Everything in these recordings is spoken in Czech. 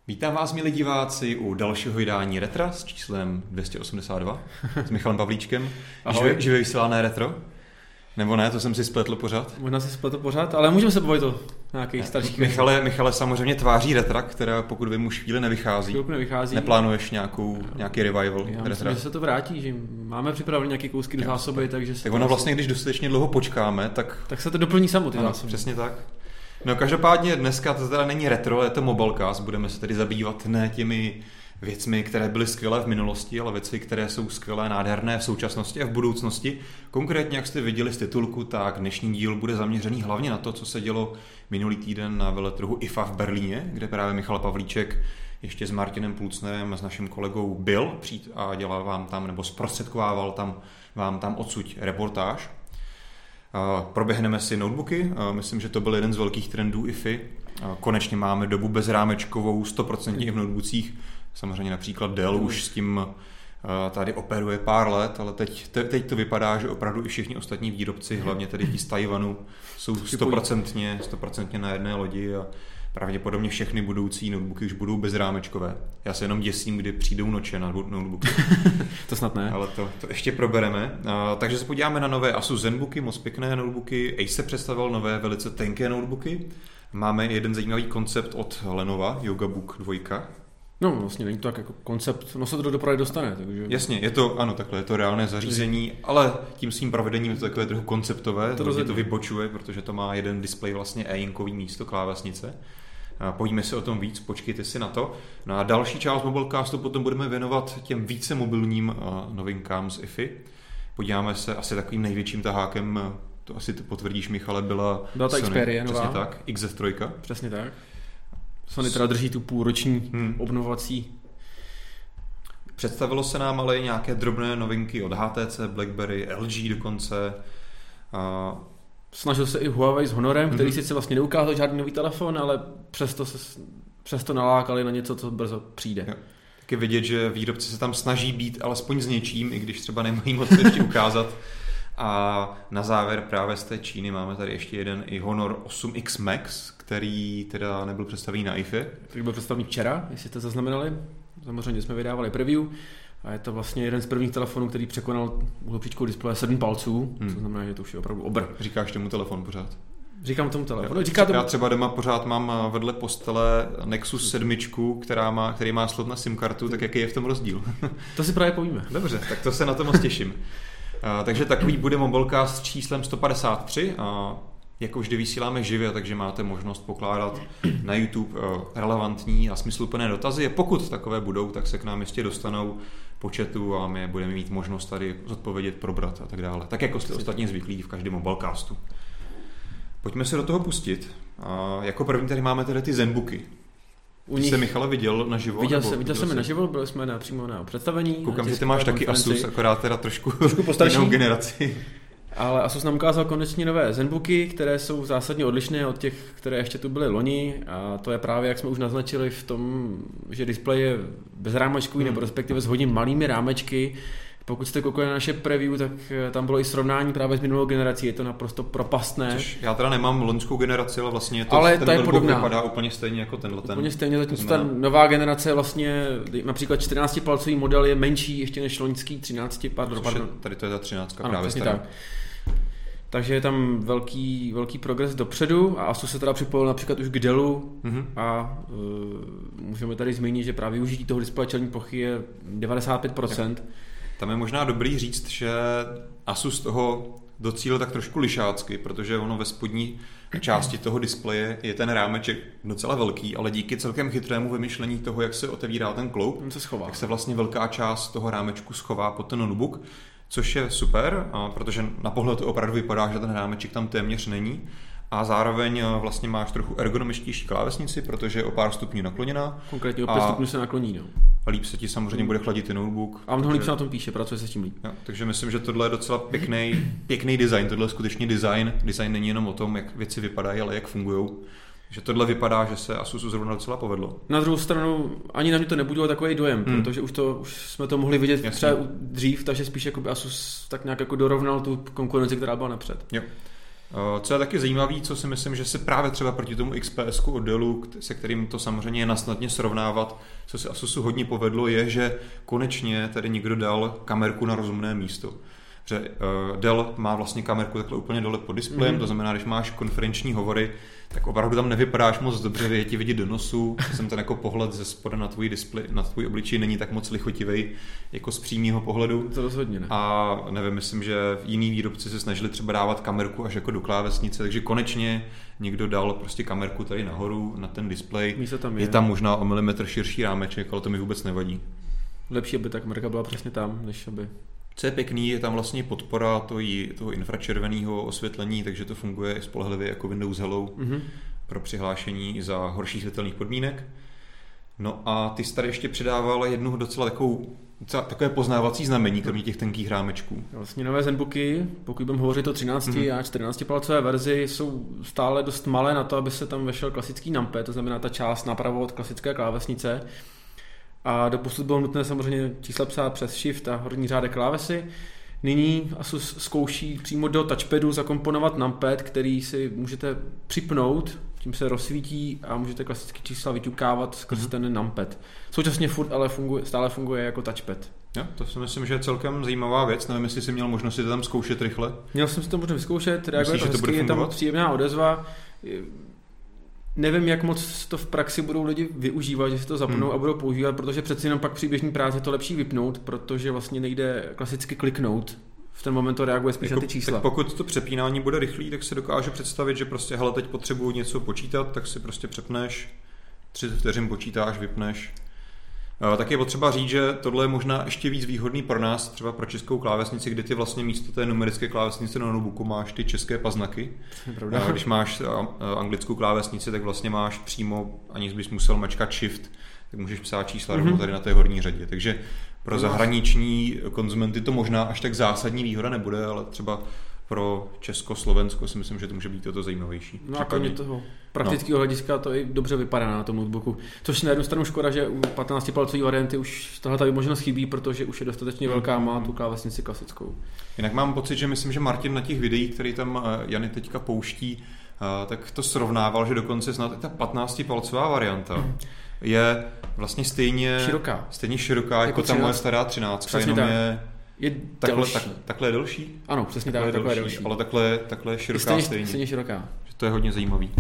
Vítám vás, milí diváci, u dalšího vydání Retra s číslem 282 s Michalem Pavlíčkem. Živě vysílané retro? Nebo ne, to jsem si spletl pořád? Možná si spletl pořád, ale můžeme se bavit o nějakých starších věcech. Michale pokud tváří retra, která pokud vím už chvíli nevychází. Neplánuješ nějaký revival Já retra? myslím, že se to vrátí, že máme připravené nějaké kousky do zásoby, takže se tak ono vlastně, když dostatečně dlouho počkáme, tak se to doplní samo ty zásoby. Přesně tak. No každopádně dneska to teda není retro, je to Mobilecast, budeme se tedy zabývat ne těmi věcmi, které byly skvělé v minulosti, ale věci, které jsou skvělé, nádherné v současnosti a v budoucnosti. Konkrétně, jak jste viděli z titulku, tak dnešní díl bude zaměřený hlavně na to, co se dělo minulý týden na veletrhu IFA v Berlíně, kde právě Michal Pavlíček ještě s Martinem Pulcnerem a s naším kolegou byl a dělal vám tam, nebo zprostředkovával vám tam odsud reportáž. Proběhneme si notebooky, myslím, že to byl jeden z velkých trendů IFY. Konečně máme dobu bezrámečkovou 100% i v notebookích. Samozřejmě například Dell už s tím tady operuje pár let, ale teď to vypadá, že opravdu i všichni ostatní výrobci, hlavně tedy ti z Tajvanu, jsou 100% na jedné lodi a pravděpodobně všechny budoucí notebooky už budou bezrámečkové. Já se jenom děsím, kdy přijdou noče na notebooky. To snad ne. Ale to ještě probereme. Takže se podíváme na nové Asus ZenBooky, moc pěkné notebooky. Acer představil nové velice tenké notebooky. Máme jeden zajímavý koncept od Lenova, YogaBook 2. No vlastně není to tak jako koncept, se to do prodeje dostane. Takže... Jasně, je to reálné zařízení, ale tím svým provedením je to takové trochu konceptové, to vybočuje, protože to má jeden displej vlastně e-inkový místo klávesnice. Pojďme si o tom víc, počkejte si na to. No a další část Mobilecastu potom budeme věnovat těm více mobilním novinkám z IFY. Podíváme se asi takovým největším tahákem, to asi potvrdíš, Michale, byla ta Sony, Xperia nová. Přesně tak, XF3. Přesně tak. Sony teda drží tu půlroční obnovovací. Představilo se nám ale i nějaké drobné novinky od HTC, BlackBerry, LG dokonce. Snažil se i Huawei s Honorem, který sice vlastně neukázal žádný nový telefon, ale přesto nalákali na něco, co brzo přijde. Jo. Tak je vidět, že výrobci se tam snaží být alespoň s něčím, i když třeba nemají moc ještě ukázat. A na závěr právě z té Číny máme tady ještě jeden i Honor 8X Max, který teda nebyl představený na IFE. Který byl představený včera, jestli jste zaznamenali. Samozřejmě jsme vydávali preview a je to vlastně jeden z prvních telefonů, který překonal úhlopříčkou displeje 7 palců, co znamená, že to už je opravdu obr. Říkáš tomu telefon pořád? Říkám tomu telefonu. Já třeba doma pořád mám vedle postele Nexus 7, který má slot na SIM kartu, tak jaký je v tom rozdíl? To si právě povíme. Dobře, tak to se na to moc těším. Takže takový bude Mobilecast s číslem 153 a jako vždy vysíláme živě, takže máte možnost pokládat na YouTube relevantní a smysluplné dotazy. Pokud takové budou, tak se k nám ještě dostanou po chatu a my budeme mít možnost tady zodpovědět, probrat a tak dále. Tak jako jste ostatně zvyklí v každém Mobilecastu. Pojďme se do toho pustit. Jako první tady máme tedy ty ZenBooky. Ty jsi Michale viděl naživo? Viděl jsem je naživo, byli jsme přímo na představení. Koukám, že ty máš taky Asus, akorát teda trošku jinou generaci. Ale Asus nám ukázal konečně nové ZenBooky, které jsou zásadně odlišné od těch, které ještě tu byly loni, a to je právě, jak jsme už naznačili, v tom, že displej je bezrámečkový, nebo respektive s hodně malými rámečky. Pokud jste koukali na naše preview, tak tam bylo i srovnání právě s minulou generací, je to naprosto propastné. Což já teda nemám loňskou generaci, ale vlastně ten je podobná. Vypadá úplně stejně jako tenhle. Úplně stejně, zatímco ta nová generace vlastně, například 14-palcový model je menší ještě než loňský 13, pardon. Tady to je ta 13 ano, právě stará. Takže je tam velký progres dopředu a Asus se teda připojil například už k Dellu a můžeme tady zmínit, že právě využití toho displeje čelní plochy je 95%. Tam je možná dobrý říct, že Asus toho docílil tak trošku lišácky, protože ono ve spodní části toho displeje je ten rámeček docela velký, ale díky celkem chytrému vymyšlení toho, jak se otevírá ten kloup, tak se vlastně velká část toho rámečku schová pod ten notebook, což je super, protože na pohled to opravdu vypadá, že ten rámeček tam téměř není. A zároveň vlastně máš trochu ergonomičtější klávesnici, protože je o pár stupňů nakloněná. Konkrétně o 5 stupňů se nakloní. No. A líp se ti samozřejmě bude chladit i notebook. A mnoho líp se na tom píše, pracuje se s tím líp. Jo, takže myslím, že tohle je docela pěkný design. Tohle je skutečně design. Design není jenom o tom, jak věci vypadají, ale jak fungují. Že tohle vypadá, že se Asusu zrovna docela povedlo. Na druhou stranu ani na mě to nebudilo takový dojem, protože už jsme to mohli vidět třeba dřív, takže spíš jako by Asus tak nějak jako dorovnal tu konkurenci, která byla napřed. Jo. Co je taky zajímavé, co si myslím, že se právě třeba proti tomu XPS-ku od Dellu, se kterým to samozřejmě je nasnadně srovnávat, co se Asusu hodně povedlo, je, že konečně tady někdo dal kamerku na rozumné místo. Že Dell má vlastně kamerku takhle úplně dole pod displejem, to znamená, když máš konferenční hovory, tak opravdu tam nevypadáš moc dobře, je ti vidět do nosu, jsem ten jako pohled ze spoda na tvůj displej, na tvůj obličej není tak moc lichotivej jako z přímého pohledu. To rozhodně ne. A nevím, myslím, že jiný výrobci se snažili třeba dávat kamerku až jako do klávesnice, takže konečně někdo dal prostě kamerku tady nahoru na ten displej. Místo tam je tam možná o milimetr širší rámeček, ale to mi vůbec nevadí. Lepší, aby ta kamerka byla přesně tam, než aby... Co je pěkný, je tam vlastně podpora toho infračerveného osvětlení, takže to funguje i spolehlivě jako Windows Hello pro přihlášení za horších světelných podmínek. No a ty jsi tady ještě přidával jednu docela takové poznávací znamení, kromě těch tenkých rámečků. Vlastně nové Zenbooky, pokud budeme hovořit o 13 a 14 palcové verzi, jsou stále dost malé na to, aby se tam vešel klasický numpad, to znamená ta část napravo od klasické klávesnice. A doposud bylo nutné samozřejmě čísla psát přes Shift a horní řádek klávesy. Nyní Asus zkouší přímo do touchpadu zakomponovat numpad, který si můžete připnout, tím se rozsvítí a můžete klasické čísla vyťukávat skrz ten numpad. Současně furt ale stále funguje jako touchpad. Jo, to si myslím, že je celkem zajímavá věc. Nevím, jestli jsi měl možnost si to tam zkoušet rychle. Měl jsem si to možnost vyzkoušet, reaguje to hezky, je tam příjemná odezva. Nevím, jak moc to v praxi budou lidi využívat, že si to zapnou a budou používat, protože přeci jenom pak při běžné práci je to lepší vypnout, protože vlastně nejde klasicky kliknout. V ten moment to reaguje spíš na ty čísla. Tak pokud to přepínání bude rychlý, tak si dokážu představit, že prostě hele, teď potřebuji něco počítat, tak si prostě přepneš, 30 vteřin počítáš, vypneš. Tak je potřeba říct, že tohle je možná ještě víc výhodný pro nás, třeba pro českou klávesnici, kde ty vlastně místo té numerické klávesnice na notebooku máš ty české paznaky. Když máš anglickou klávesnici, tak vlastně máš přímo, aniž bys musel mačkat Shift, tak můžeš psát čísla rovnou tady na té horní řadě. Takže pro zahraniční konzumenty to možná až tak zásadní výhoda nebude, ale třeba pro Česko, Slovensko si myslím, že to může být toto zajímavější. No a kromě toho praktického hlediska to i dobře vypadá na tom notebooku. Což na jednu stranu škoda, že u 15-palcové varianty už tahle možnost chybí, protože už je dostatečně velká, má tu klávesnici klasickou. Jinak mám pocit, že myslím, že Martin na těch videích, který tam Jany teďka pouští, tak to srovnával, že dokonce snad i ta 15-palcová varianta je vlastně stejně široká jako ta moje stará 13, jenom je takhle je delší? Ano, přesně takhle je delší. Ale takhle je široká stejně široká. Že to je hodně zajímavý.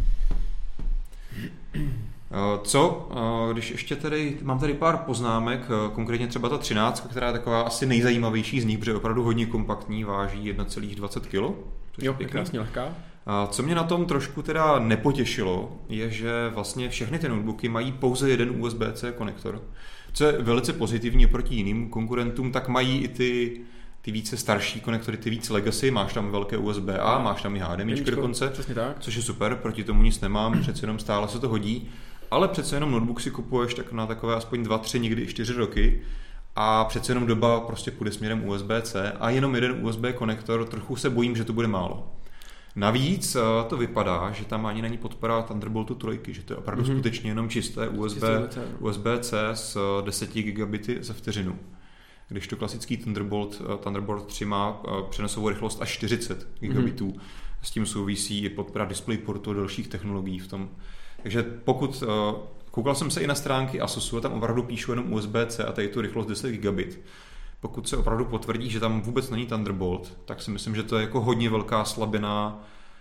Když ještě tady, mám tady pár poznámek, konkrétně třeba ta 13, která je taková asi nejzajímavější z nich, protože je opravdu hodně kompaktní, váží 1,20 kg. Jo, je krásně lehká. Co mě na tom trošku teda nepotěšilo, je, že vlastně všechny ty notebooky mají pouze jeden USB-C konektor. Co je velice pozitivní proti jiným konkurentům, tak mají i ty více starší konektory, ty více legacy, máš tam velké USB-A, máš tam i HDMIčko dokonce, což je super, proti tomu nic nemám, přece jenom stále se to hodí, ale přece jenom notebook si kupuješ tak na takové aspoň 2, 3, někdy i 4 roky a přece jenom doba prostě půjde směrem USB-C a jenom jeden USB konektor, trochu se bojím, že to bude málo. Navíc to vypadá, že tam ani není podpora Thunderboltu 3, že to je opravdu skutečně jenom čisté USB-C s 10 gigabity za vteřinu. Když to klasický Thunderbolt 3 má přenosovou rychlost až 40 gigabitů. S tím souvisí i podpora DisplayPortu a dalších technologií v tom. Takže pokud koukal jsem se i na stránky Asusu a tam opravdu píšu jenom USB-C a tady tu rychlost 10 gigabit. Pokud se opravdu potvrdí, že tam vůbec není Thunderbolt, tak si myslím, že to je jako hodně velká slabina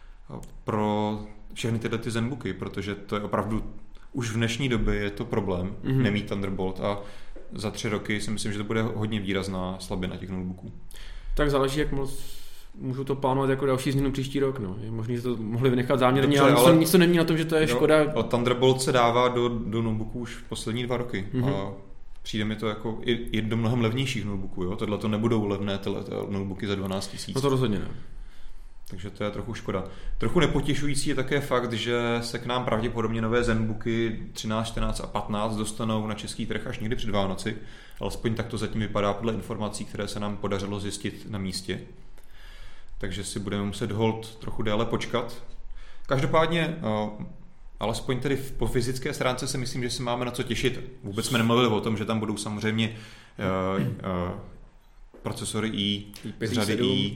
pro všechny tyhle ty Zenbooky, protože to je opravdu už v dnešní době je to problém nemít Thunderbolt a za 3 roky si myslím, že to bude hodně výrazná slabina těch notebooků. Tak záleží, jak moc můžu to plánovat jako další změnu příští rok. No. Je možný, že to mohli vynechat záměrně, ale nic to není na tom, že to je škoda. Ale Thunderbolt se dává do notebooků už v poslední 2 roky. A přijde mi to jako i do mnohem levnějších notebooků. Jo? Tohle to nebudou levné notebooky za 12 000. No to rozhodně ne. Takže to je trochu škoda. Trochu nepotěšující je také fakt, že se k nám pravděpodobně nové Zenbooky 13, 14 a 15 dostanou na český trh až někdy před Vánoci. Alespoň tak to zatím vypadá podle informací, které se nám podařilo zjistit na místě. Takže si budeme muset holt trochu déle počkat. Každopádně, alespoň tedy po fyzické stránce si myslím, že si máme na co těšit. Vůbec jsme nemluvili o tom, že tam budou samozřejmě procesory i z řady i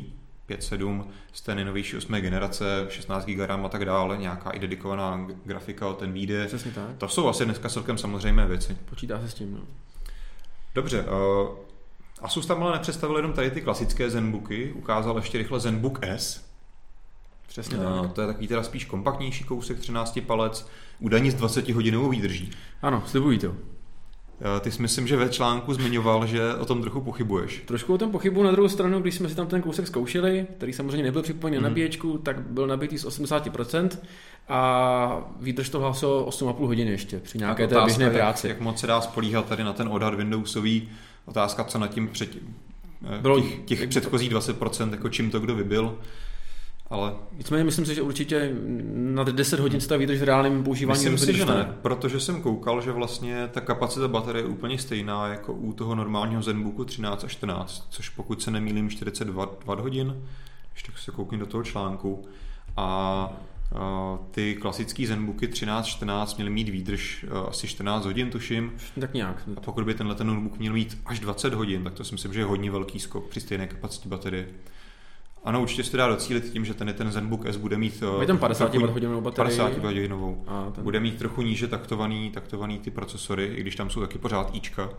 5.7 z té nejnovější 8. generace, 16 GB RAM a tak dále, nějaká i dedikovaná grafika, ten vyjde. Přesně tak. To jsou asi dneska celkem samozřejmé věci. Počítá se s tím, no. Dobře, Asus tam ale nepředstavil jenom tady ty klasické Zenbooky, ukázal ještě rychle Zenbook S. Přesně tak. To je takový teda spíš kompaktnější kousek, 13 palec, údajně s 20hodinovou výdrží. Ano, slibují to. Ty jsi myslím, že ve článku zmiňoval, že o tom trochu pochybuješ. Trošku o tom pochybuju, na druhou stranu, když jsme si tam ten kousek zkoušeli, který samozřejmě nebyl připojený na nabíječku, tak byl nabitý z 80% a výdrž to hlásilo 8,5 hodiny ještě při nějaké té běžné práci. Jak moc se dá spolíhat tady na ten odhad Windowsový, otázka, co nad tím těch předchozích 20%, jako čím to kdo vybil. Ale nicméně myslím si, že určitě na 10 hodin se ta výdrž v reálném používání myslím si, že ne, protože jsem koukal, že vlastně ta kapacita baterie je úplně stejná jako u toho normálního Zenbooku 13 a 14, což pokud se nemýlím 42 hodin, ještě se kouknu do toho článku, a ty klasický Zenbooky 13-14 měly mít výdrž asi 14 hodin, tuším. Tak nějak. A pokud by tenhle ten notebook měl mít až 20 hodin, tak to si myslím, že je hodně velký skok při stejné kapacitě baterie. Ano, určitě se dá docílit tím, že ten Zenbook S bude mít 50 hodinovou baterii. 50 hodinovou. Bude mít trochu níže taktovaný ty procesory, i když tam jsou taky pořád Ička.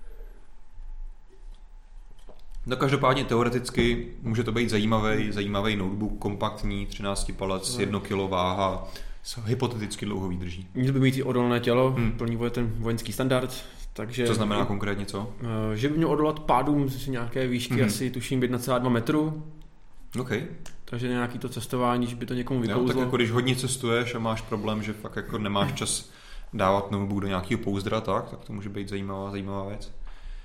No každopádně teoreticky může to být zajímavý notebook, kompaktní, 13 palec, 1 kg váha, s hypoteticky dlouho výdrží. Měl by mít i odolné tělo, plní ten vojenský standard. Takže, co znamená konkrétně co? Že by měl odolat pádům z nějaké výšky, asi tuším 1,2 metru. Okay. Takže nějaký to cestování, že by to někomu vykouzlo. Tak jako když hodně cestuješ a máš problém, že fakt jako nemáš čas dávat notebook do nějakého pouzdra, tak to může být zajímavá věc.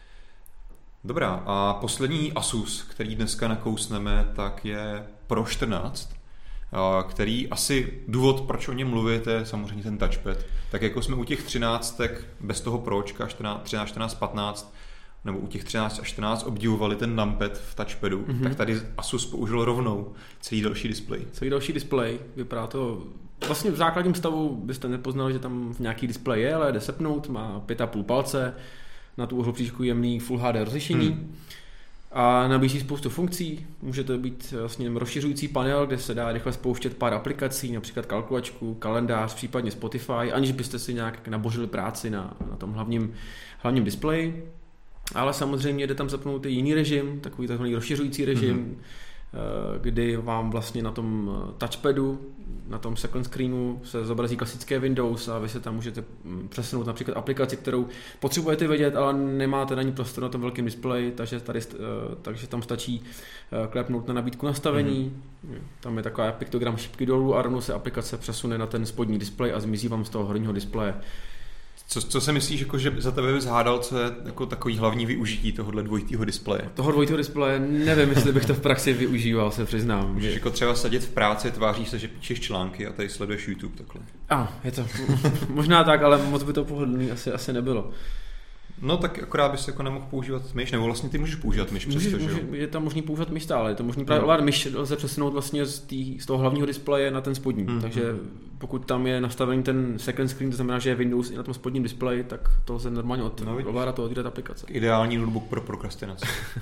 Dobrá, a poslední Asus, který dneska nakousneme, tak je Pro 14, který asi důvod, proč o něm mluvit, je samozřejmě ten touchpad. Tak jako jsme u těch 13 bez toho Pročka, 13, 14, 15, nebo u těch 13 a 14 obdivovali ten numpad v touchpadu, tak tady Asus použil rovnou celý další displej. Celý další displej, vypadá to... Vlastně v základním stavu byste nepoznali, že tam v nějaký displej je, ale jde sepnout, má 5,5 palce, na tu uhlopříčku jemný Full HD rozlišení a nabízí spoustu funkcí. Může to být vlastně rozšiřující panel, kde se dá rychle spouštět pár aplikací, například kalkulačku, kalendář, případně Spotify, aniž byste si nějak nabořili práci na tom hlavním displeji. Ale samozřejmě jde tam zapnout i jiný režim, takový takzvaný rozšiřující režim, kdy vám vlastně na tom touchpadu, na tom second screenu se zobrazí klasické Windows a vy se tam můžete přesunout například aplikaci, kterou potřebujete vidět, ale nemáte na ní prostor na tom velkém displeji, takže tam stačí klepnout na nabídku nastavení. Tam je taková piktogram šipky dolů a rovnou se aplikace přesune na ten spodní displej a zmizí vám z toho horního displeje. Co si myslíš, jako, že za tebe bys hádal, co je jako takový hlavní využití tohohle dvojitého displeje? Toho dvojitého displeje nevím, jestli bych to v praxi využíval, se přiznám. Můžeš jako třeba sedět v práci, tváříš se, že píšeš články a tady sleduješ YouTube takhle. Je to možná tak, ale moc by to pohodlný asi nebylo. No tak akorát bys jako nemohl používat myš, nebo vlastně ty můžeš používat myš přesto, že jo? Je tam možný používat myš stále, je to možný právě ovládat myš, lze přesunout vlastně z toho hlavního displeje na ten spodní, takže pokud tam je nastavený ten second screen, to znamená, že je Windows i na tom spodním displeji, tak to lze normálně ovládat to od aplikace. Ideální notebook pro prokrastinaci.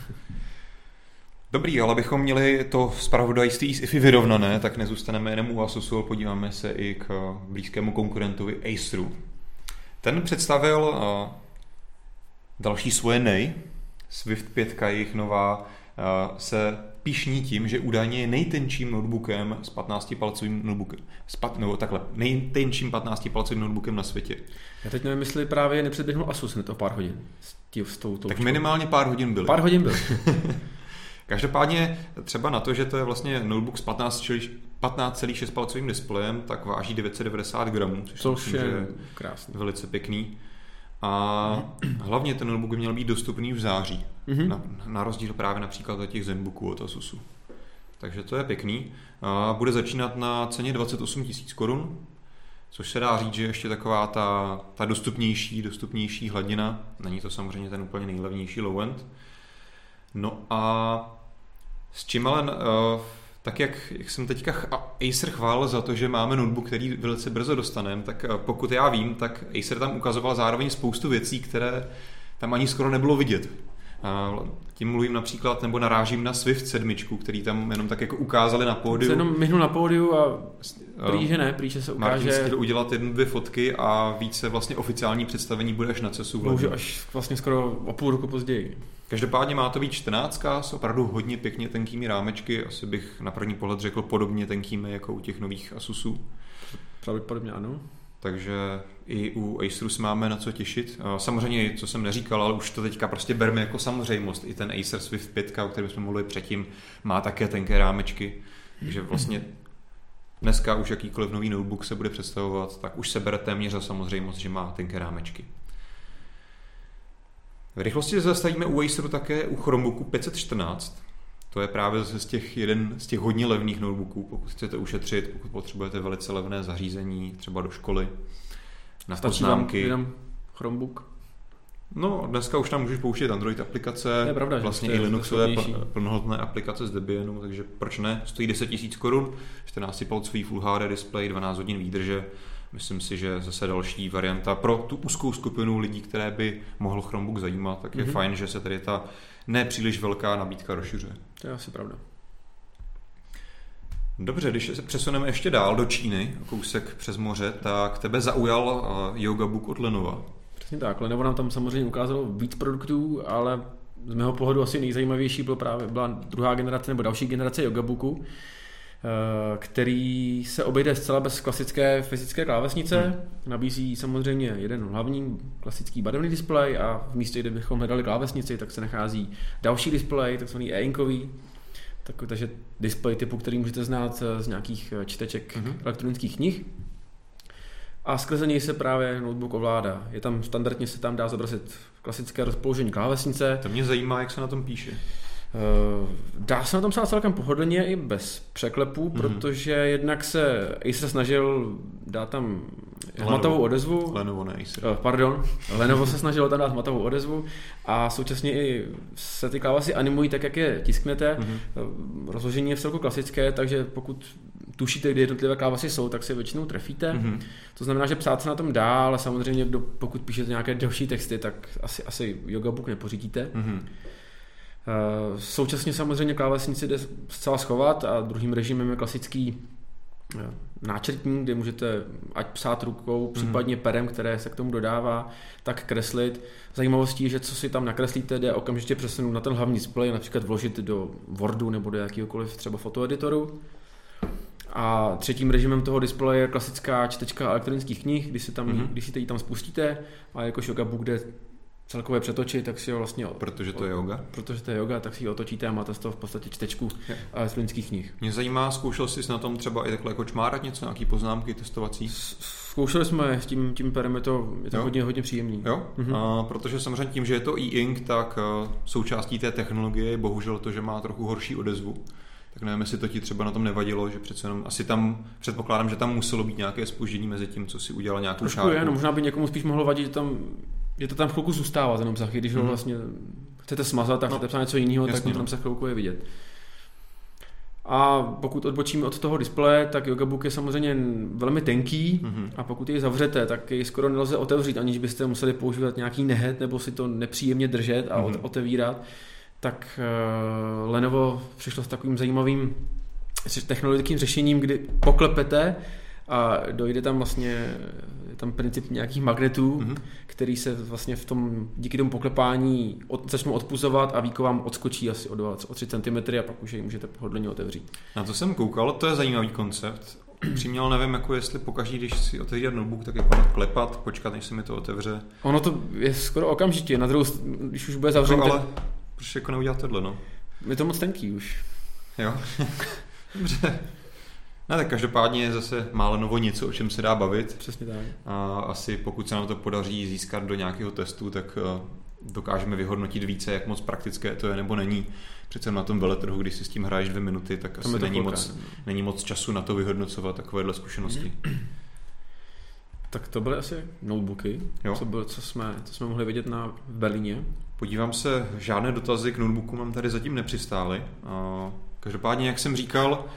Dobrý, ale abychom měli to zpravodajství s IFI vyrovnané, tak nezůstaneme jenom u Asusu, ale podíváme se i k blízkému konkurentovi Aceru. Ten představil další svoje nej, Swift 5, jejich nová, se pyšní tím, že údajně je nejtenčím notebookem s 15-palcovým notebookem. Nejtenčím 15-palcovým notebookem na světě. Já teď nevím, jestli právě nepředběhnul Asus hned o pár hodin. Tak minimálně pár hodin byl. Pár hodin byl. Každopádně třeba na to, že to je vlastně notebook s 15,6 palcovým displejem, tak váží 990 gramů, což je krásný. Velice pěkný. A hlavně ten notebook by měl být dostupný v září, na rozdíl právě například od těch Zenbooků od Asusu. Takže to je pěkný. A bude začínat na ceně 28 000 korun, což se dá říct, že ještě taková ta dostupnější hladina. Není to samozřejmě ten úplně nejlevnější low-end. No a s čím ale... Tak jak jsem teďka Acer chválil za to, že máme notebook, který velice brzo dostaneme, tak pokud já vím, tak Acer tam ukazoval zároveň spoustu věcí, které tam ani skoro nebylo vidět. Tím mluvím například, nebo narážím na Swift 7, který tam jenom tak jako ukázali na pódiu. Se jenom myhnul na pódiu a prý, že se ukáže. Martin chtěl udělat 1-2 fotky a více vlastně oficiální představení bude až na CESu. Může až vlastně skoro o půl roku později. Každopádně má to být 14 s opravdu hodně pěkně tenkými rámečky, asi bych na první pohled řekl podobně tenkými jako u těch nových Asusů. Pravděpodobně ano. Takže i u Aceru se máme na co těšit. Samozřejmě, co jsem neříkal, ale už to teďka prostě berme jako samozřejmost. I ten Acer Swift 5, o kterém jsme mluvili předtím, má také tenké rámečky. Takže vlastně dneska už jakýkoliv nový notebook se bude představovat, tak už se bere téměř za samozřejmost, že má tenké rámečky. V rychlosti zastavíme u Aceru také u Chromebooku 514. To je právě zase jeden z těch hodně levných notebooků, pokud chcete ušetřit, pokud potřebujete velice levné zařízení, třeba do školy, na poznámky. Jenom Chromebook? No, dneska už tam můžeš pouštět Android aplikace, je pravda, vlastně i Linuxové plnohodnotné aplikace z Debianu, takže proč ne? Stojí 10 000 korun, 14,5 Full HD display, 12 hodin výdrže. Myslím si, že zase další varianta pro tu úzkou skupinu lidí, které by mohl Chromebook zajímat, tak je fajn, že se tady ta nepříliš velká nabídka rozšiřuje. To je asi pravda. Dobře, když se přesuneme ještě dál do Číny, kousek přes moře, tak tebe zaujal Yoga Book od Lenovo. Přesně tak, Lenovo nám tam samozřejmě ukázalo víc produktů, ale z mého pohledu asi nejzajímavější byla druhá generace nebo další generace Yoga Booku, který se obejde zcela bez klasické fyzické klávesnice. Nabízí samozřejmě jeden hlavní klasický barevný displej a v místě, kde bychom hledali klávesnici, tak se nachází další displej, takzvaný e-inkový. Takže displej typu, který můžete znát z nějakých čteček elektronických knih. A skrze něj se právě notebook ovládá. Je tam standardně se tam dá zobrazit klasické rozpoložení klávesnice. To mě zajímá, jak se na tom píše. Dá se na tom psát celkem pohodlně i bez překlepů, protože jednak se Acer snažil dát tam hmatovou odezvu. Lenovo, ne Acer. Lenovo se snažilo tam dát hmatovou odezvu a současně i se ty klávesy animují tak, jak je tisknete. Rozložení je vcelku klasické, takže pokud tušíte, kde jednotlivé klávesy jsou, tak se většinou trefíte. To znamená, že psát se na tom dá, ale samozřejmě pokud píšete nějaké delší texty, tak asi Yoga Book nepořídíte. Současně samozřejmě klávesnici jde zcela schovat a druhým režimem je klasický náčrtník, kde můžete ať psát rukou, případně perem, které se k tomu dodává, tak kreslit. Zajímavostí je, že co si tam nakreslíte, jde okamžitě přesunout na ten hlavní displej, například vložit do Wordu nebo do jakýhokoliv třeba fotoeditoru. A třetím režimem toho displeje je klasická čtečka elektronických knih, když si ji tam spustíte a jakož Yoga Book jde celkově přetočit, tak si ho vlastně... Protože to je yoga? Protože to je yoga, tak si ji otočíte a máte z toho v podstatě čtečku elektronických knih. Mě zajímá, zkoušel jsi na tom třeba i takhle jako čmárat něco, nějaký poznámky testovací? Zkoušeli jsme s tím perem, je to hodně příjemný. Jo? Protože samozřejmě tím, že je to e-ink, tak součástí té technologie je bohužel to, že má trochu horší odezvu. Tak nevím, jestli to ti třeba na tom nevadilo, že přece jenom asi tam předpokládám, že tam muselo být nějaké zpoždění mezi tím, co si udělal nějakou šárku. Trošku je, možná by někomu spíš mohlo vadit, že to tam chvilku zůstává ten obsah, když ho vlastně chcete smazat a chcete psát něco jiného, tak tam se chvilku je vidět. A pokud odbočíme od toho displeje, tak Yoga Book je samozřejmě velmi tenký a pokud jej zavřete, tak jej skoro nelze otevřít, aniž byste museli používat nějaký nehet nebo si to nepříjemně držet a otevírat. Tak Lenovo přišlo s takovým zajímavým technologickým řešením, kdy poklepete a dojde tam vlastně, je tam princip nějakých magnetů, který se vlastně díky tomu poklepání začnou odpuzovat a víko vám odskočí asi o 3 cm a pak už jej můžete pohodlně otevřít. Na to jsem koukal, to je zajímavý koncept. Příměl nevím, jako jestli pokaždý, když si otevřít notebook, tak jako klepat, počkat, než se mi to otevře. Ono to je skoro okamžitě, na druhou, když už bude zavřený. Ale proč jako neudělat tohle, no? Je to moc tenký už. Jo. Dobře. No tak každopádně je zase málo novo něco, o čem se dá bavit. Přesně tak. A asi pokud se nám to podaří získat do nějakého testu, tak dokážeme vyhodnotit více, jak moc praktické to je nebo není. Přece na tom veletrhu, když si s tím hraješ 2 minuty, tak asi není moc času na to vyhodnocovat takovéhle zkušenosti. Tak to byly asi notebooky, co jsme mohli vidět v Berlíně. Podívám se, žádné dotazy k notebooku mám tady zatím nepřistály. Každopádně, jak jsem říkal,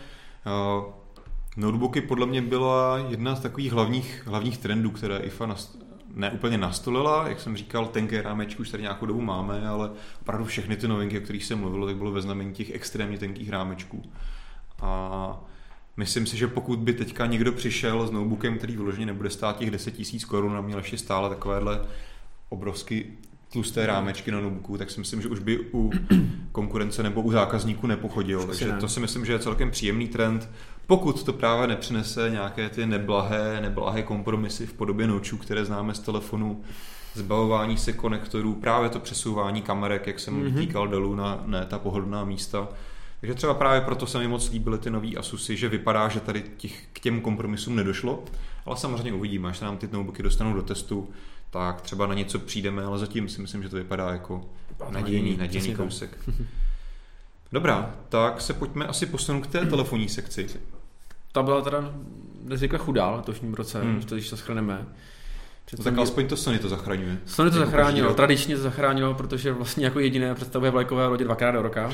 notebooky podle mě byla jedna z takových hlavních trendů, které IFA neúplně nastolila, jak jsem říkal, tenké rámečky už tady nějakou dobu máme, ale opravdu všechny ty novinky, o kterých jsem mluvil, tak bylo ve znamení těch extrémně tenkých rámečků. A myslím si, že pokud by teďka někdo přišel s notebookem, který vyloženě nebude stát těch 10 000 korun a měl ještě stále takovéhle obrovsky tlusté rámečky na notebooku, tak si myslím, že už by u konkurence nebo u zákazníků nepochodil. Takže to si myslím, že je celkem příjemný trend. Pokud to právě nepřinese nějaké ty neblahé kompromisy v podobě nočů, které známe z telefonu, zbavování se konektorů, právě to přesouvání kamerek, jak jsem týkal dolů na ta pohodlná místa. Takže třeba právě proto se mi moc líbily ty nový Asusy, že vypadá, že tady k těm kompromisům nedošlo, ale samozřejmě uvidíme, až se nám ty notebooky dostanou do testu, tak třeba na něco přijdeme, ale zatím si myslím, že to vypadá jako nadějný kousek. Dobrá, tak se pojďme asi posunout k té telefonní sekci. Ta byla teda nezvykle chudá v letošním roce, když to shrneme. Tak alespoň to Sony to zachraňuje. Sony to zachránilo, tradičně to zachránilo, protože vlastně jako jediné představuje vlajkové lodě 2x do roka.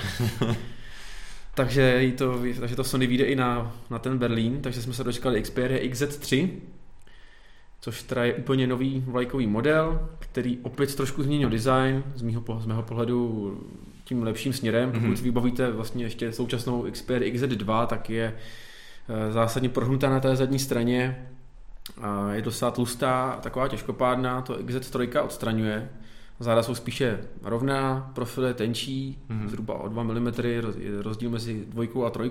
takže to Sony vyjde i na ten Berlín, takže jsme se dočkali Xperia XZ3, což teda je úplně nový vlajkový model, který opět trošku změnil design, z mého pohledu tím lepším směrem. Pokud si vybavíte vlastně ještě současnou Xperia XZ2, tak je zásadně prohnutá na té zadní straně. A je docela tlustá, taková těžkopádná, to XZ3 odstraňuje. Záda jsou spíše rovná, profil je tenčí, zhruba o 2 mm je rozdíl mezi 2 a 3.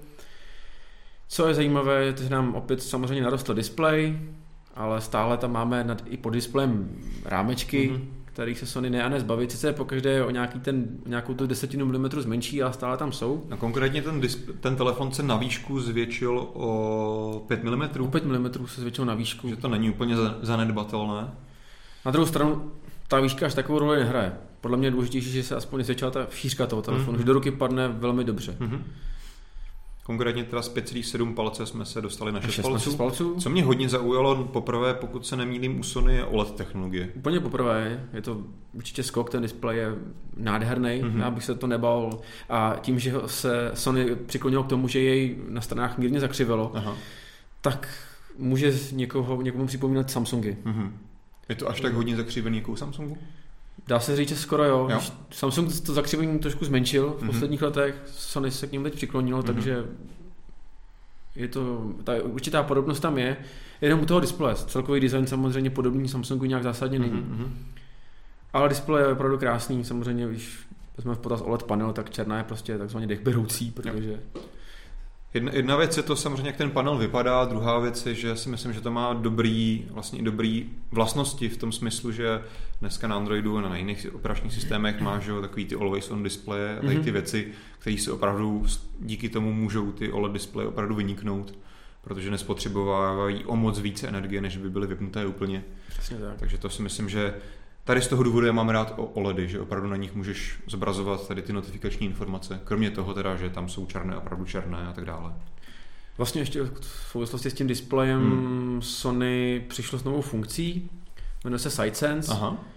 Co je zajímavé, je, že nám opět samozřejmě narostl displej, ale stále tam máme i pod displejem rámečky, kterých se Sony ne a nezbaví. Sice pokaždé o nějakou tu 10 mm zmenší, ale stále tam jsou. A konkrétně ten telefon se na výšku zvětšil o 5 mm? O 5 mm se zvětšil na výšku. Že to není úplně zanedbatelné. Na druhou stranu, ta výška až takovou roli nehraje. Podle mě je důležitější, že se aspoň zvětšila ta šířka toho telefonu, že do ruky padne velmi dobře. Konkrétně teda z 5,7 palce jsme se dostali na 6 palců. Co mě hodně zaujalo poprvé, pokud se nemýlím, u Sony je OLED technologie. Úplně poprvé, je to určitě skok, ten displej je nádherný, já bych se to nebal. A tím, že se Sony přiklonilo k tomu, že jej na stranách mírně zakřivilo, tak může někomu připomínat Samsungy. Je to až tak hodně zakřivený jako u Samsungu? Dá se říct, že skoro jo. Samsung to zakřivení trošku zmenšil v posledních letech, Sony se k němu teď přiklonilo, takže je to, ta určitá podobnost tam je, jenom u toho displeje. Celkový design samozřejmě podobný Samsungu nějak zásadně není. Ale displej je opravdu krásný, samozřejmě, když vezmeme v potaz OLED panel, tak černá je prostě takzvaně dechberoucí, protože... Jedna věc je to samozřejmě, jak ten panel vypadá, druhá věc je, že si myslím, že to má dobrý vlastnosti v tom smyslu, že dneska na Androidu a na jiných operačních systémech máš takový ty always on displeje a tady ty věci, které se opravdu díky tomu můžou ty OLED displeje opravdu vyniknout, protože nespotřebovávají o moc více energie, než by byly vypnuté úplně. Přesně tak. Takže to si myslím, že tady z toho důvodu já mám rád OLEDy, že opravdu na nich můžeš zobrazovat tady ty notifikační informace. Kromě toho teda, že tam jsou černé, opravdu černé a tak dále. Vlastně ještě v souvislosti s tím displejem Sony přišlo s novou funkcí, jmenuje se SideSense,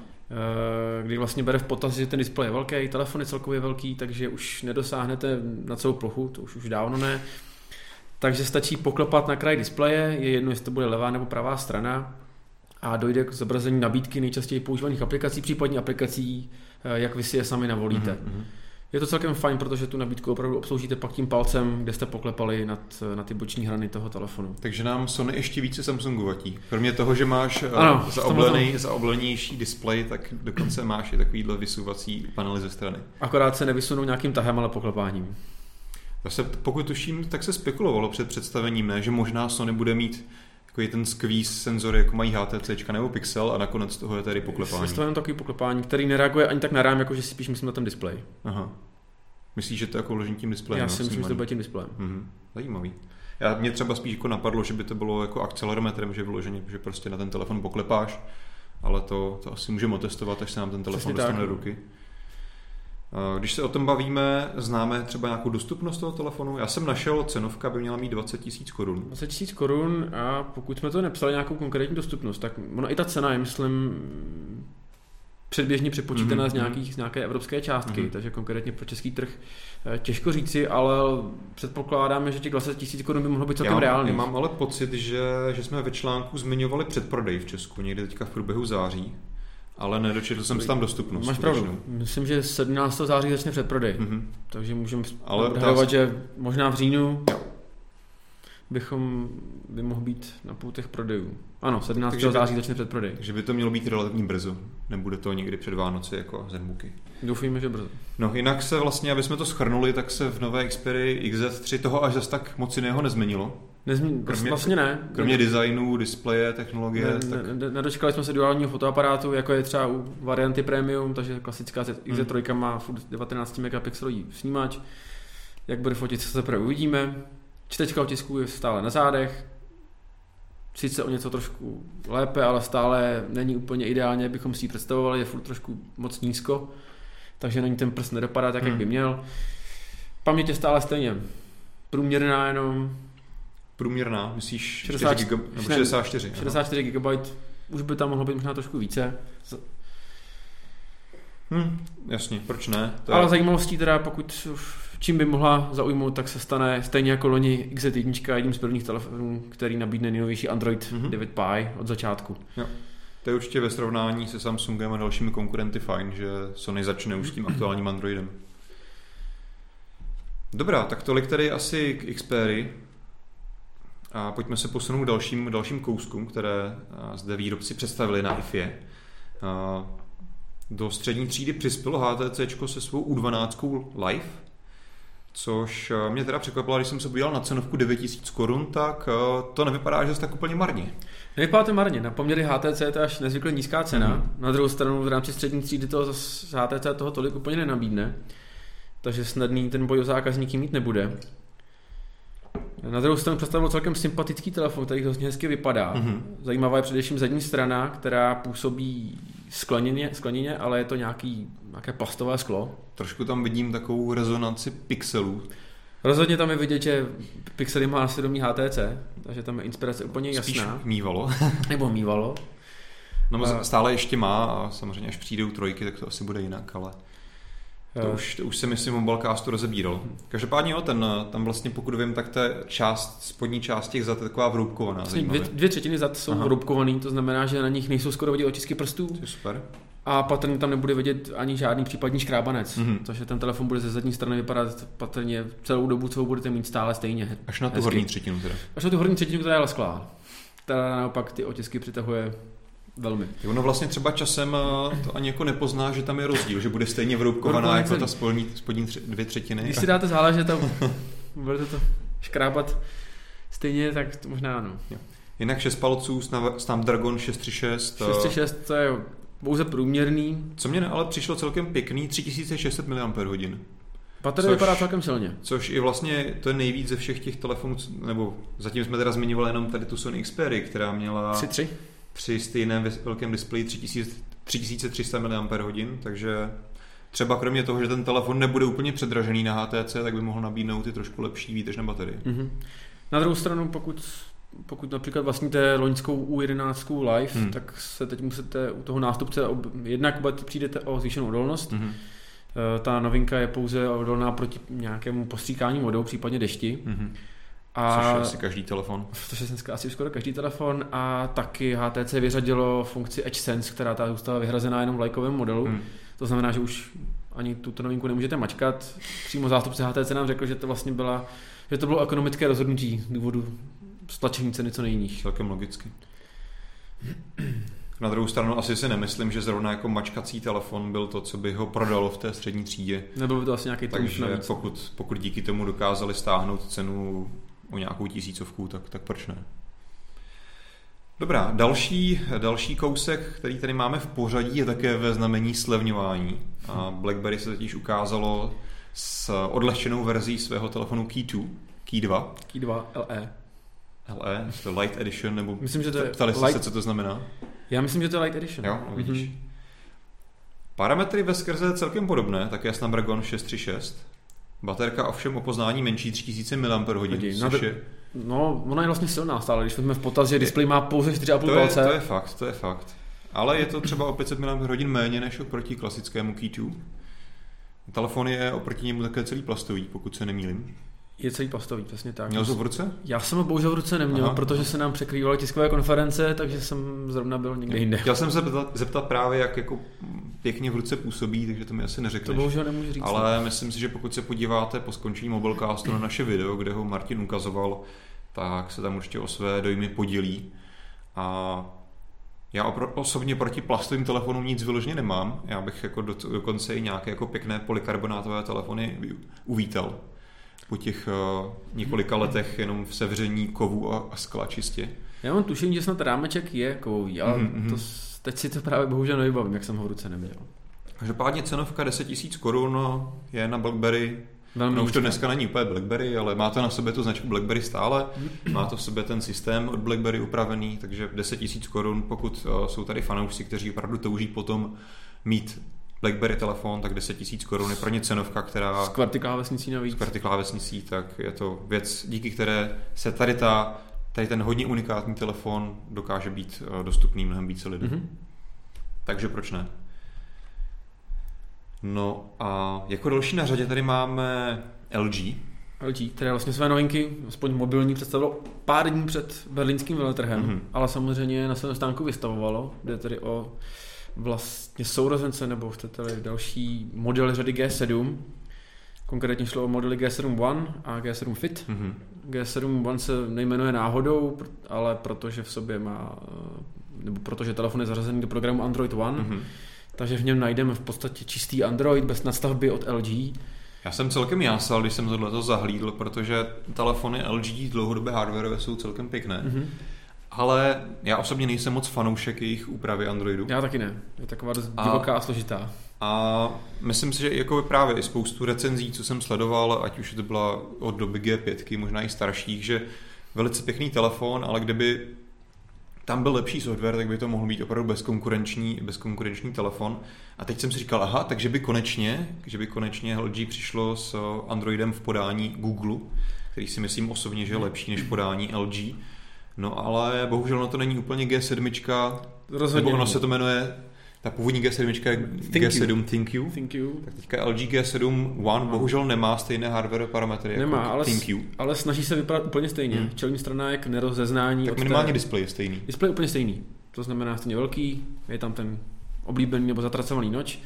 kdy vlastně bere v potaz, že ten displej je velký, telefon je celkově velký, takže už nedosáhnete na celou plochu, to už dávno ne. Takže stačí poklepat na kraj displeje, je jedno, jestli to bude levá nebo pravá strana, a dojde k zobrazení nabídky nejčastěji používaných aplikací, případně aplikací, jak vy si je sami navolíte. Je to celkem fajn, protože tu nabídku opravdu obsloužíte pak tím palcem, kde jste poklepali na ty boční hrany toho telefonu. Takže nám Sony ještě více Samsungovatí. Kromě toho, že máš zaoblenější displej, tak dokonce máš i takovýhle vysouvací panely ze strany. Akorát se nevysunou nějakým tahem, ale poklepáním. Pokud tuším, tak se spekulovalo před představením, ne? Že možná Sony bude mít takový ten squeeze senzor, jako mají HTC nebo Pixel, a nakonec toho je tady poklepání. Je to jenom takový poklepání, který nereaguje ani tak na rám, jako že si spíš myslím na ten displej. Aha. Myslíš, že to je jako vložení tím displejem? Já si myslím, že to bude tím displejem. Zajímavý. Mě třeba spíš jako napadlo, že by to bylo jako akcelerometrem, že vyloženě, že prostě na ten telefon poklepáš, ale to asi můžeme otestovat, až se nám ten telefon dostane do ruky. Když se o tom bavíme, známe třeba nějakou dostupnost toho telefonu? Já jsem našel, cenovka by měla mít 20 000 korun. 20 000 korun, a pokud jsme to nepsali nějakou konkrétní dostupnost, tak ono i ta cena je, myslím, předběžně přepočítané z nějaké evropské částky, takže konkrétně pro český trh těžko říci, ale předpokládáme, že těch 20 000 korun by mohlo být celkem reálný. Já mám ale pocit, že jsme ve článku zmiňovali předprodej v Česku, někdy teďka v průběhu září, ale nedočetl jsem si tam dostupnost. Máš pravdu. Myslím, že 17. září začne předprodej, takže můžeme odhadovat, že možná v říjnu by mohl být na poutech prodejů. Ano, 17. září začne předprodej. Takže by to mělo být relativně brzo. Nebude to někdy před Vánoci jako Zenbooky. Doufujeme, že brzo. No jinak se vlastně, aby jsme to shrnuli, tak se v nové Xperia XZ3 toho až zase tak moc jiného nezměnilo. Vlastně ne. Kromě designu, displeje, technologie. Nedočkali jsme se duálního fotoaparátu, jako je třeba u varianty Premium, takže klasická XZ3 má 19 megapixelový snímač. Jak bude fotit, se teprve uvidíme. Čtečka otisků je stále na zádech. Sice o něco trošku lépe, ale stále není úplně ideálně, bychom si ji představovali, je furt trošku moc nízko, takže na ní ten prst nedopadá tak, jak by měl. Paměť je stále stejně průměrná jenom. Průměrná, myslíš 64 GB, už by tam mohlo být možná trošku více. Jasně, proč ne? Ale zajímavostí teda, pokud čím by mohla zaujmout, tak se stane stejně jako loni XZ1 jedním z prvních telefonů, který nabídne nejnovější Android 9 Pie od začátku. Jo. To je určitě ve srovnání se Samsungem a dalšími konkurenty fajn, že Sony začne už s tím aktuálním Androidem. Dobrá, tak tolik tedy asi k Xperii. A pojďme se posunout k dalším kouskům, které zde výrobci představili na IFE. Do střední třídy přispělo HTC se svou U12 Live, což mě teda překvapilo, když jsem se podíval na cenovku 9000 korun, tak to nevypadá, že je tak úplně marně. Nevypadá to marně, na poměry HTC je to až nezvykle nízká cena, na druhou stranu v rámci střední třídy HTC toho tolik úplně nenabídne, takže snadný ten boj o zákazníky mít nebude. Na druhou stranu představil celkem sympatický telefon, který hrozně hezky vypadá. Zajímavá je především zadní strana, která působí skleněně, ale je to nějaké plastové sklo. Trošku tam vidím takovou rezonanci pixelů. Rozhodně tam je vidět, že pixely má na svědomí HTC, takže tam je inspirace úplně jasná. Spíš mívalo. Nebo mívalo. No, stále ještě má a samozřejmě až přijdou trojky, tak to asi bude jinak, ale to už se myslím Mobilecastu rozebíral. Každopádně tam vlastně pokud vím, tak ta spodní část těch zad je taková vroubkovaná. Vlastně 2/3 zad jsou vroubkovaný, to znamená, že na nich nejsou skoro vidět otisky prstů. To je super. A patrně tam nebude vidět ani žádný případní škrábanec, takže ten telefon bude ze zadní strany vypadat patrně celou dobu, co budete mít stále stejně. Až na tu horní třetinu teda. Až na tu horní třetinu, která je lesklá. Teda naopak ty otisky přitahuje velmi. Ono vlastně třeba časem to ani jako nepozná, že tam je rozdíl, že bude stejně vroubkovaná jako ta spodní 2/3. Když si dáte záležet a budete to škrábat stejně, tak to možná ano. Jinak 6 palců, Snapdragon 636. 636 to je pouze průměrný. Co mě ale přišlo celkem pěkný, 3600 mAh. Baterie vypadá celkem silně. Což i vlastně to je nejvíc ze všech těch telefonů, nebo zatím jsme teda zmiňovali jenom tady tu Sony Xperia, která měla při stejném velkém displeji 3300 mAh, takže třeba kromě toho, že ten telefon nebude úplně předražený na HTC, tak by mohl nabídnout i trošku lepší výdrž na baterii. Na druhou stranu, pokud například vlastníte loňskou U11 Live, tak se teď musíte u toho nástupce jednak přijdete o zvýšenou odolnost. Ta novinka je pouze odolná proti nějakému postříkání vodou, případně dešti. Což je asi každý telefon. Což je dneska asi skoro každý telefon a taky HTC vyřadilo funkci Edge Sense, která ta zůstala vyhrazená jenom v lajkovém modelu. To znamená, že už ani tuto novinku nemůžete mačkat. Přímo zástupce HTC nám řekl, že to vlastně bylo ekonomické rozhodnutí z důvodu stlačení ceny co nejníž. Celkem logicky. Na druhou stranu asi si nemyslím, že zrovna jako mačkací telefon byl to, co by ho prodalo v té střední třídě. Nebyl by to asi nějaký trumf. Takže pokud díky tomu dokázali stáhnout cenu o nějakou 1000, tak proč ne? Dobrá, další kousek, který tady máme v pořadí, je také ve znamení slevňování. A BlackBerry se totiž ukázalo s odlehčenou verzí svého telefonu Key 2 LE. LE, to Light Edition, nebo myslím, že to je ptali jste se, co to znamená? Já myslím, že to je Light Edition. Jo, vidíš. Parametry veskrze celkem podobné, také Snapdragon 636. Baterka ovšem o poznání menší 3000 mAh, což je... No, ona je vlastně silná stále, když jsme v potaz, že displej má pouze 4,5 palce. To je fakt. Ale je to třeba o 500 mAh méně než oproti klasickému Key 2. Telefon je oproti němu také celý plastový, pokud se nemýlím. Je celý plastový, přesně tak. Měl jsi ho v ruce? Já jsem ho bohužel v ruce neměl, protože se nám překrývaly tiskové konference, takže jsem zrovna byl někde jinde. Chtěl jsem se zeptat právě, jak jako pěkně v ruce působí, takže to mi asi neřekneš. To bohužel nemůžu říct. Ale myslím si, že pokud se podíváte po skončení Mobilecastu na naše video, kde ho Martin ukazoval, tak se tam určitě o své dojmy podělí. A já osobně proti plastovým telefonům nic vyloženě nemám. Já bych jako dokonce i nějaké jako pěkné polykarbonátové telefony uvítal. Po těch několika letech jenom v sevření kovů a skla čistě. Já mám tušení, že snad rámeček je kovový, ale teď si to právě bohužel nevybavím, jak jsem ho v ruce neměl. Každopádně cenovka 10 000 korun je na BlackBerry. No už to dneska není úplně BlackBerry, ale má to na sobě tu značku BlackBerry stále, má to v sobě ten systém od BlackBerry upravený, takže 10 000 korun, pokud jsou tady fanoušci, kteří opravdu touží potom mít BlackBerry telefon, tak 10 000 korun je pro ně cenovka, která... S QWERTY klávesnicí navíc. S QWERTY klávesnicí, tak je to věc, díky které se tady ten hodně unikátní telefon dokáže být dostupný mnohem více lidem. Takže proč ne? No a jako další na řadě tady máme LG, které vlastně své novinky, aspoň mobilní, představilo pár dní před berlínským veletrhem, ale samozřejmě na svém stánku vystavovalo, jde tedy o vlastně sourozence, nebo chcete-li další model řady G7. Konkrétně šlo o modely G7 One a G7 Fit. G7 One se nejmenuje náhodou, ale protože v sobě má, nebo protože telefon je zařazený do programu Android One, takže v něm najdeme v podstatě čistý Android bez nastavby od LG. Já jsem celkem jásal, když jsem tohleto zahlídl, protože telefony LG dlouhodobé hardwareové jsou celkem pěkné. Ale já osobně nejsem moc fanoušek jejich úpravy Androidu. Já taky ne. Je taková dost divoká a složitá. A myslím si, že jako právě i spoustu recenzí, co jsem sledoval, ať už to byla od doby G5, možná i starších, že velice pěkný telefon, ale kdyby tam byl lepší software, tak by to mohl být opravdu bezkonkurenční telefon. A teď jsem si říkal, takže by konečně LG přišlo s Androidem v podání Google, který si myslím osobně, že je lepší než podání LG. No ale bohužel to není úplně G7, nebo ono se to jmenuje, ta původní G7 je G7 ThinQ. Tak teďka LG G7 One bohužel nemá stejné hardware parametry jako ThinQ. Ale snaží se vypadat úplně stejně. Čelní strana je k nerozeznání. Tak minimálně displej je stejný. Displej je úplně stejný. To znamená stejně velký, je tam ten oblíbený nebo zatracovaný noč.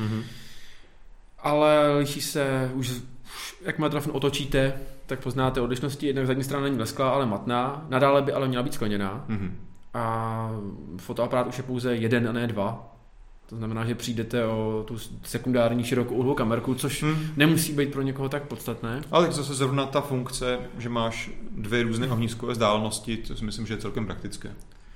Ale liší se už jakmile telefon otočíte, tak poznáte odlišnosti. Jednak zadní strana není lesklá, ale matná. Nadále by ale měla být skleněná. A fotoaparát už je pouze jeden a ne dva. To znamená, že přijdete o tu sekundární širokou kamerku, což nemusí být pro někoho tak podstatné. Ale tak zase zrovna ta funkce, že máš dvě různé ohniskové vzdálenosti, to si myslím, že je celkem praktické.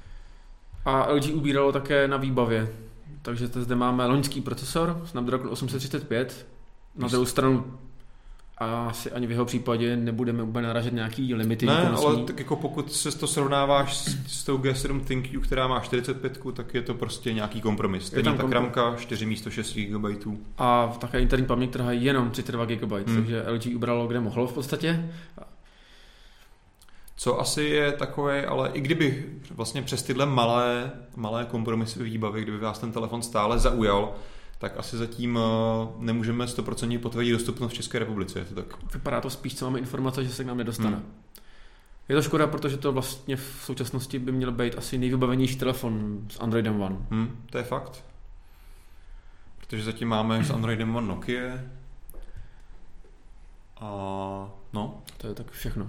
A LG ubíralo také na výbavě. Takže zde máme loňský procesor Snapdragon 835. Na druhou stranu a asi ani v jeho případě nebudeme úplně naražet nějaký limity. Ne, ale tak jako pokud se to srovnáváš s tou G7 ThinQ, která má 45, tak je to prostě nějaký kompromis. Stejně ta ramka 4 místo 6 GB. A také interní paměť, která je jenom 32 GB, takže LG ubralo, kde mohlo v podstatě. Co asi je takové, ale i kdyby vlastně přes tyhle malé kompromisy výbavy, kdyby vás ten telefon stále zaujal, tak asi zatím nemůžeme 100% potvrdit dostupnost v České republice, je to tak? Vypadá to spíš, co máme informace, že se k nám nedostane. Je to škoda, protože to vlastně v současnosti by měl být asi nejvybavenější telefon s Androidem One. To je fakt. Protože zatím máme s Androidem One Nokia. To je tak všechno.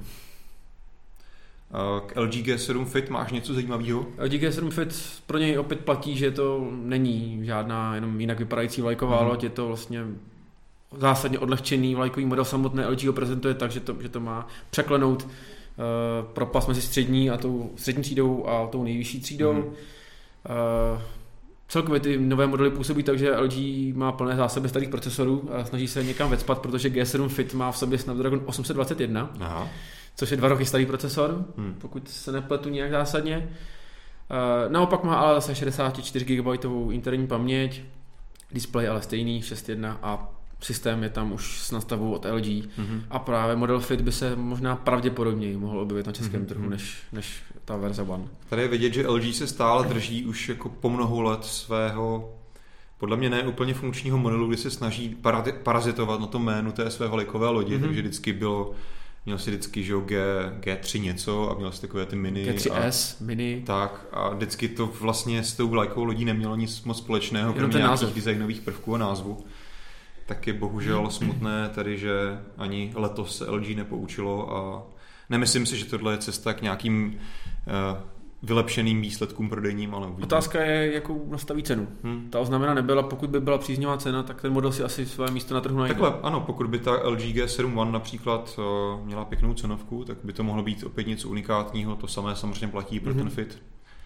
K LG G7 Fit máš něco zajímavého? LG G7 Fit pro něj opět platí, že to není žádná jenom jinak vypadající vlajková loď, je to vlastně zásadně odlehčený vlajkový model. Samotné LG ho prezentuje tak, že to má překlenout propast mezi střední třídou a tou nejvyšší třídou. Celkově ty nové modely působí tak, že LG má plné zásoby starých procesorů a snaží se někam vecpat, protože G7 Fit má v sobě Snapdragon 821. Aha. Což je 2 roky starý procesor, pokud se nepletu nějak zásadně. Naopak má ale zase 64 GB interní paměť, displej ale stejný, 6.1 a systém je tam už s nastavou od LG a právě model Fit by se možná pravděpodobněji mohl objevit na českém trhu než ta verze One. Tady je vidět, že LG se stále drží už jako po mnoho let svého podle mě ne úplně funkčního modelu, kdy se snaží parazitovat na tom jménu té své velikové lodi, takže vždycky měl si vždycky, že G3 něco a měl si takové ty mini. G3S, mini. Tak a vždycky to vlastně s tou vlajkovou lodí nemělo nic moc společného, kromě nějakých designových prvků a názvu. Tak je bohužel smutné tady, že ani letos se LG nepoučilo a nemyslím si, že tohle je cesta k nějakým vylepšeným výsledkům prodejním, ale uvidíme. Otázka je, jakou nastaví cenu. Ta oznámena nebyla, pokud by byla příznivá cena, tak ten model si asi své místo na trhu najde. Takhle, ano, pokud by ta LG G7 One například měla pěknou cenovku, tak by to mohlo být opět něco unikátního, to samé samozřejmě platí pro ten Fit.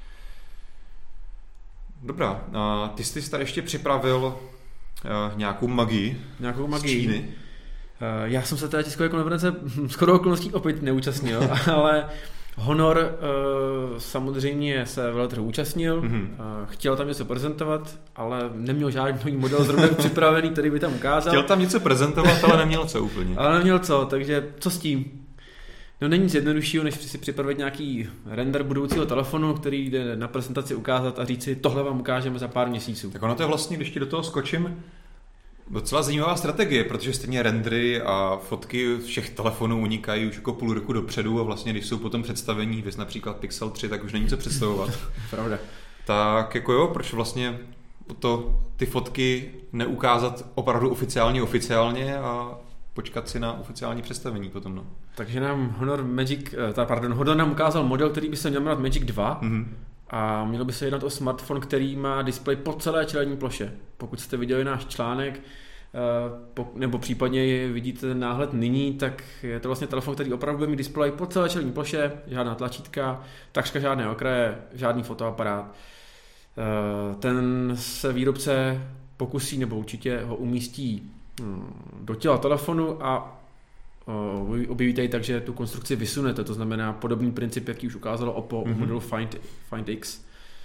Dobrá, ty jsi tady ještě připravil nějakou magii z Číny. Já jsem se té tiskové konference shodou okolností opět neúčastnil, ale Honor samozřejmě se veletrhu účastnil, chtěl tam něco prezentovat, ale neměl žádný model zrovna připravený, který by tam ukázal. Chtěl tam něco prezentovat, ale neměl co úplně. Ale neměl co, takže co s tím? No není nic jednoduššího, než si připravit nějaký render budoucího telefonu, který jde na prezentaci ukázat a říct si, tohle vám ukážeme za pár měsíců. Tak ono to je vlastně, když ti do toho skočím, docela zajímavá strategie, protože stejně rendery a fotky všech telefonů unikají už jako půl roku dopředu a vlastně když jsou potom představení, viz například Pixel 3, tak už není co představovat. Pravda. Tak jako jo, proč vlastně ty fotky neukázat opravdu oficiálně a počkat si na oficiální představení potom. No. Takže nám Honor nám ukázal model, který by se měl jmenovat Magic 2 a mělo by se jednat o smartphone, který má displej po celé čelní ploše. Pokud jste viděli náš článek, nebo případně vidíte ten náhled nyní, tak je to vlastně telefon, který opravdu bude mít displej po celé čelní ploše, žádná tlačítka, takřka žádné okraje, žádný fotoaparát. Ten se výrobce pokusí, nebo určitě ho umístí do těla telefonu a objevíte ji tak, že tu konstrukci vysunete, to znamená podobný princip, jaký už ukázalo Oppo u modelu Find X.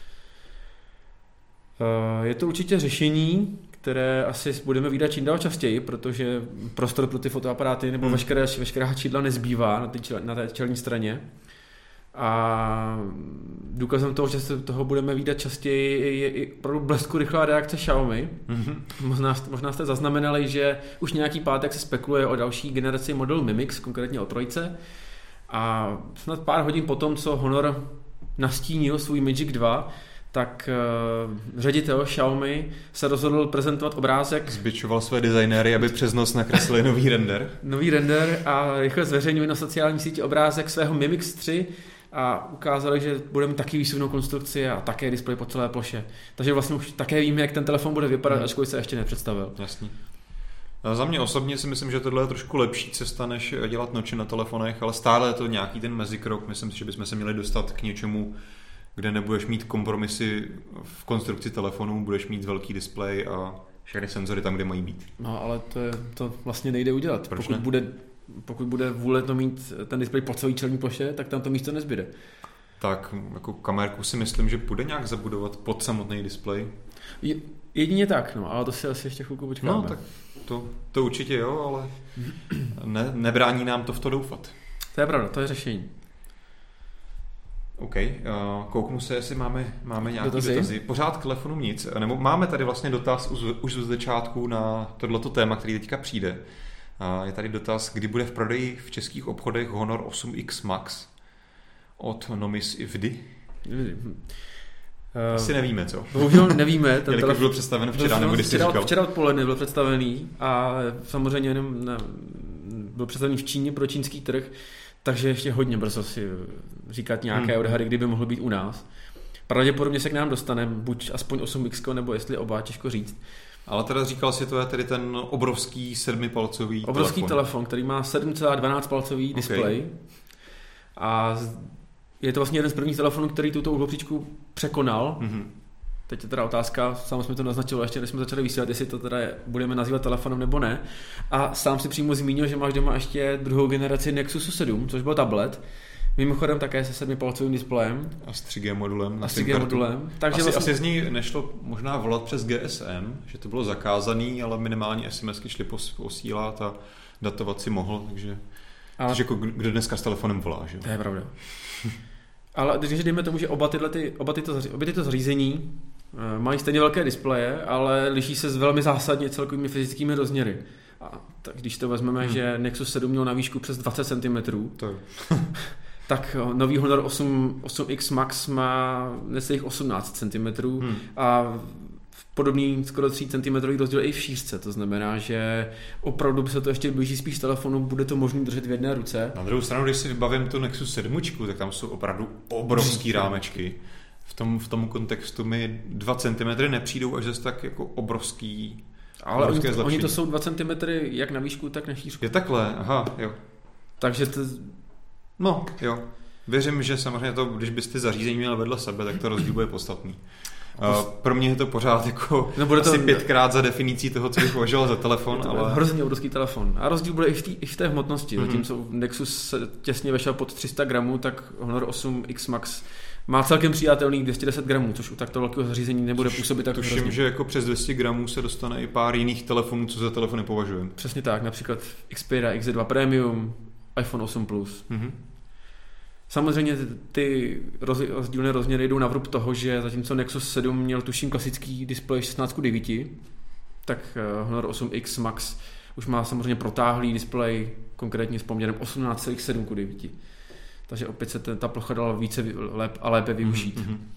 Je to určitě řešení, které asi budeme vídat čím dál častěji, protože prostor pro ty fotoaparáty nebo veškerá čidla nezbývá na té čelní straně. A důkazem toho, že se toho budeme vídat častěji, je i opravdu blesku rychlá reakce Xiaomi. Možná jste zaznamenali, že už nějaký pátek se spekuluje o další generaci modelu Mi Mix, konkrétně o 3. A snad pár hodin potom, co Honor nastínil svůj Magic 2, tak ředitel Xiaomi se rozhodl prezentovat obrázek. Zbičoval své designéry, aby přes noc nakreslili nový render. Nový render a rychle zveřejnili na sociální síti obrázek svého Mi Mix 3 a ukázali, že budeme taky výsuvnou konstrukci a také displej po celé ploše. Takže vlastně už také víme, jak ten telefon bude vypadat, ačkoliv se ještě nepředstavil. Jasný. Za mě osobně si myslím, že tohle je trošku lepší cesta, než dělat noči na telefonech, ale stále je to nějaký ten mezikrok. Myslím si, že bychom se měli dostat k něčemu, kde nebudeš mít kompromisy v konstrukci telefonu, budeš mít velký displej a všechny senzory tam, kde mají být. No, ale to vlastně nejde udělat. Pokud bude vůle to mít ten displej po celé čelní ploše, tak tam to místo nezbyde. Tak jako kamerku si myslím, že bude nějak zabudovat pod samotný displej. Jedině tak, no, ale to si asi ještě chvilku počkáme. No, tak to určitě jo, ale nebrání nám to v to doufat. To je pravda, to je řešení. OK, kouknu se, jestli máme nějaké dotazy. Pořád k telefonu nic, nebo máme tady vlastně dotaz už z začátku na tohleto téma, který teďka přijde. Je tady dotaz, kdy bude v prodeji v českých obchodech Honor 8X Max od Nomis Ivdy. Asi nevíme, co? Bohužel nevíme. Ten telefon byl představen včera, nebo když jsi říkal. Včera odpoledne byl představený a samozřejmě jenom byl představený v Číně pro čínský trh, takže ještě hodně brzo si říkat nějaké odhady, kdyby mohl být u nás. Pravděpodobně se k nám dostane, buď aspoň 8X, nebo jestli oba, těžko říct. Ale teda říkal si, to je tedy ten obrovský 7palcový Obrovský telefon, který má 7,12 palcový displej. A je to vlastně jeden z prvních telefonů, který tuto uhlopříčku překonal. Teď je teda otázka, sám jsme to naznačili, ještě než jsme začali vysílat, jestli to teda budeme nazývat telefonem nebo ne. A sám si přímo zmínil, že máš doma ještě druhou generaci Nexusu 7, což byl tablet, Mimochodem také se 7-palcovým displejem. A s 3G modulem. A s 3G modulem. Takže asi z ní nešlo možná volat přes GSM, že to bylo zakázaný, ale minimálně SMSky šly posílat a datovat si mohl, takže jako kdo dneska s telefonem volá, že? To je pravda. Ale když dejme tomu, že obě tyto zařízení mají stejně velké displeje, ale liší se velmi zásadně celkovými fyzickými rozměry. A tak když to vezmeme, že Nexus 7 měl na výšku přes 20 cm, tak nový Honor 8X Max má necelých 18 cm a podobný skoro 3 cm rozdíl i v šířce. To znamená, že opravdu by se to ještě blíží spíš telefonu, bude to možné držet v jedné ruce. Na druhou stranu, když si vybavím tu Nexus 7, tak tam jsou opravdu obrovský rámečky. V tom kontextu mi 2 cm nepřijdou až zase tak jako obrovský. Ale oni to jsou 2 cm jak na výšku, tak na šířku. Je takhle, aha, jo. Takže to... No, jo. Věřím, že samozřejmě to, když bys ty zařízení měl vedle sebe, tak to rozdíl bude podstatný. Pro mě je to pořád jako asi 5krát za definicí toho, co bych považoval za telefon. Ale hrozně obrovský telefon. A rozdíl bude i v té hmotnosti. Zatímco Nexus se těsně vešel pod 300 gramů, tak Honor 8X Max má celkem přijatelných 210 gramů, což u takto velkého zařízení nebude působit tak hrozně. Tuším, že jako přes 200 gramů se dostane i pár jiných telefonů, co za telefony považujeme. Přesně tak, například Xperia XZ2 Premium, iPhone 8 Plus. Samozřejmě ty rozdílné rozměry jdou na vrub toho, že zatímco Nexus 7 měl tuším klasický displej 16:9, tak Honor 8X Max už má samozřejmě protáhlý displej, konkrétně s poměrem 18,7:9. Takže opět se ta plocha dala více a lépe využít.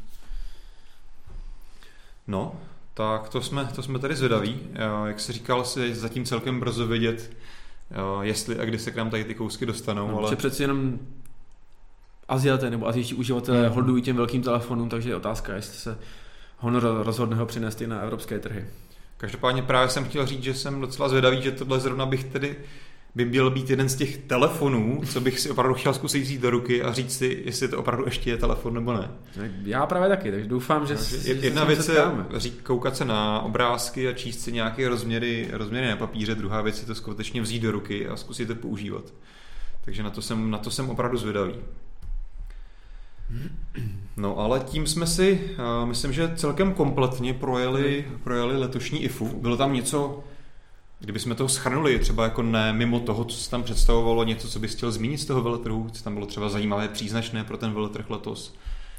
No, tak to jsme tady zvědaví. Jak jsi říkal, si zatím celkem brzo vědět, jestli a kdy se k nám tady ty kousky dostanou. No, ale přeci jenom Aziaté nebo azijští uživatelé holdují těm velkým telefonům, takže je otázka, jestli se Honor rozhodne ho přinést i na evropské trhy. Každopádně právě jsem chtěl říct, že jsem docela zvědavý, že tohle zrovna by měl být jeden z těch telefonů, co bych si opravdu chtěl zkusit vzít do ruky a říct si, jestli to opravdu ještě je telefon nebo ne. Já právě taky, takže doufám, že jedna věc je koukat se na obrázky a číst si nějaké rozměry na papíře, druhá věc je to skutečně vzít do ruky a zkusit to používat. Takže na to jsem opravdu zvědavý. No ale tím jsme si, myslím, že celkem kompletně projeli letošní IFU. Bylo tam něco, kdybychom to shrnuli, třeba jako ne mimo toho, co se tam představovalo, něco, co bys chtěl zmínit z toho veletrhu, co tam bylo třeba zajímavé, příznačné pro ten veletrh letos?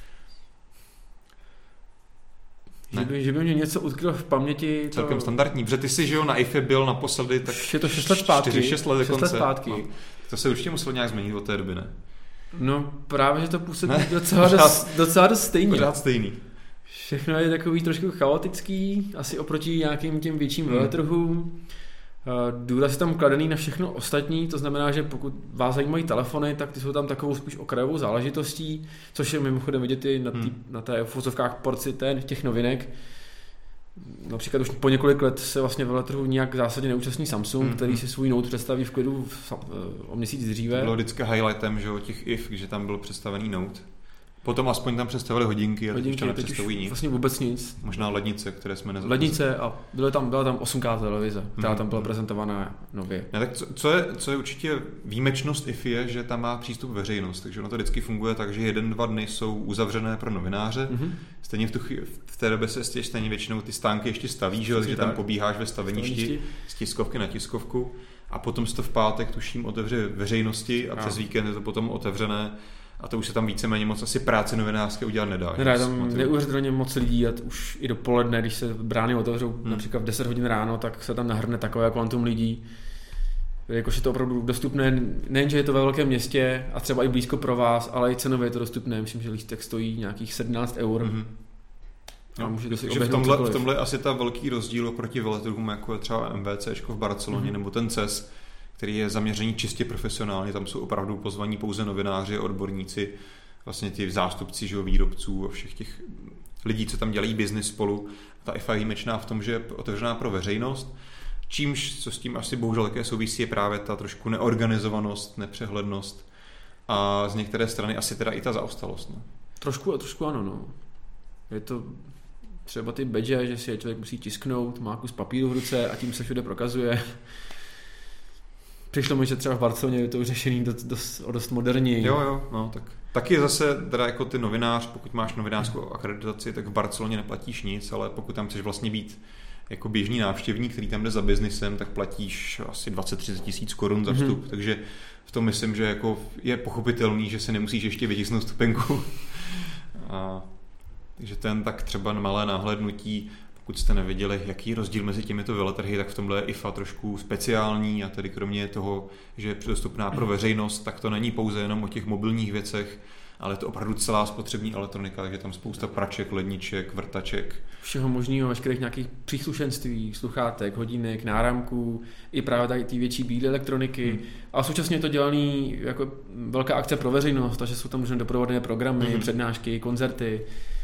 Že by mě něco utkvělo v paměti. Celkem standardní, protože ty si, že jo, na IFE byl naposledy tak je to 6 let zpátky. 4-6 let dokonce. 6 let zpátky. No, to se určitě muselo nějak změnit od té doby, ne? No právě, že to působí docela dost stejně. Pořád stejný. Všechno je takový trošku chaotický, asi oproti nějakým těm větším veletrhům. Důraz je tam kladený na všechno ostatní, to znamená, že pokud vás zajímají telefony, tak ty jsou tam takovou spíš okrajovou záležitostí, což je mimochodem vidět i na té fotovkách porci těch novinek. Například už po několik let se vlastně veletrhu nějak zásadně neúčastní Samsung, který si svůj Note představí v klidu o měsíc dříve. Bylo vždycky highlightem, že těch IF, že tam byl představený Note. Potom aspoň tam představili hodinky a teď nepředstavují nic. Vlastně vůbec nic. Možná lednice, které jsme nezaprezentili. Lednice a byla tam 8K televize, která tam byla prezentovaná nově. Ne, tak co je určitě výjimečnost IFI je, že tam má přístup veřejnost, takže ono to vždycky funguje tak, že 1-2 dny jsou uzavřené pro novináře. Stejně v té době se stejně většinou ty stánky ještě staví, že tam pobíháš ve staveništi z tiskovky na tiskovku a potom se to v pátek tuším otevře veřejnosti a přes víkend je to potom otevřené. A to už se tam víceméně moc asi práce novinářské udělat nedá. Nedá tam neuvěřitelně moc lidí a už i dopoledne, když se brány otevřou například v 10 hodin ráno, tak se tam nahrne takové kvantum lidí. Jakož je to opravdu dostupné, nejenže je to ve velkém městě a třeba i blízko pro vás, ale i cenově je to dostupné. Myslím, že lístek stojí nějakých 17 €. A můžete si v tomhle je asi ta velký rozdíl oproti veletrhům, jako je třeba MVCčko v Barceloně nebo ten CES, který je zaměřený čistě profesionálně, tam jsou opravdu pozvaní pouze novináři, odborníci, vlastně ti zástupci výrobců a všech těch lidí, co tam dělají biznis spolu. Ta IFA je výjimečná v tom, že je otevřená pro veřejnost, čímž, co s tím asi bohužel také souvisí, je právě ta trošku neorganizovanost, nepřehlednost a z některé strany asi teda i ta zaostalost. No. Trošku ano, no. Je to třeba ty badge, že si je člověk musí tisknout, má kus papíru v ruce a tím se všude prokazuje. Přišlo mi, že třeba v Barceloně je to už řešený dost moderní. Jo, no tak. Taky zase teda jako ty novinář, pokud máš novinářskou akreditaci, tak v Barceloně neplatíš nic, ale pokud tam chceš vlastně být jako běžný návštěvník, který tam jde za biznisem, tak platíš asi 20-30 tisíc korun za vstup, takže v tom myslím, že jako je pochopitelný, že si nemusíš ještě vytisknout vstupenku. Takže ten tak třeba malé náhlédnutí, pokud jste nevěděli, jaký je rozdíl mezi těmito veletrhy, tak v tomhle je IFA trošku speciální a tedy kromě toho, že je dostupná pro veřejnost, tak to není pouze jenom o těch mobilních věcech, ale je to opravdu celá spotřební elektronika, takže tam spousta praček, ledniček, vrtaček. Všeho možného, veškerých nějakých příslušenství, sluchátek, hodinek, náramků, i právě tady ty větší bílé elektroniky. A současně je to dělaný jako velká akce pro veřejnost, takže jsou tam možná doprovodné programy, přednášky, koncerty.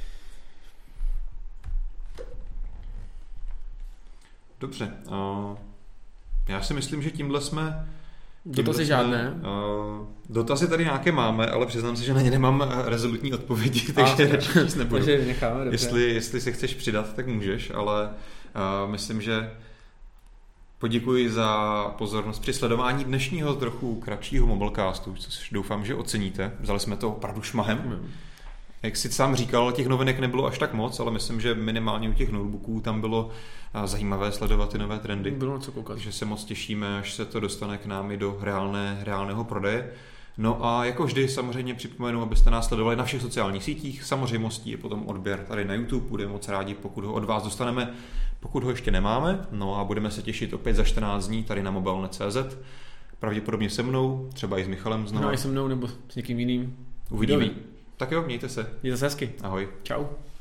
Dobře. Já si myslím, že tímhle jsme... Dotazy žádné. Dotazy tady nějaké máme, ale přiznám se, že na ně nemám rezolutní odpovědi, takže radši číst nebudu. Takže necháme, jestli se chceš přidat, tak můžeš, ale myslím, že poděkuji za pozornost při sledování dnešního trochu kratšího mobilecastu, což doufám, že oceníte. Vzali jsme to opravdu šmahem. Jak jsi sám říkal, těch novinek nebylo až tak moc, ale myslím, že minimálně u těch notebooků tam bylo zajímavé sledovat ty nové trendy. Bylo co koukat. Takže se moc těšíme, až se to dostane k nám i do reálného prodeje. No a jako vždy samozřejmě připomenu, abyste nás sledovali na všech sociálních sítích. Samozřejmostí je potom odběr tady na YouTube. Budeme moc rádi, pokud ho od vás dostaneme, pokud ho ještě nemáme. No a budeme se těšit opět za 14 dní tady na mobilnet.cz. Pravděpodobně se mnou, třeba i s Michalem znovu. No i se mnou nebo s někým jiným. Uvidíme. Tak jo, mějte se. Mějte se hezky. Ahoj. Čau.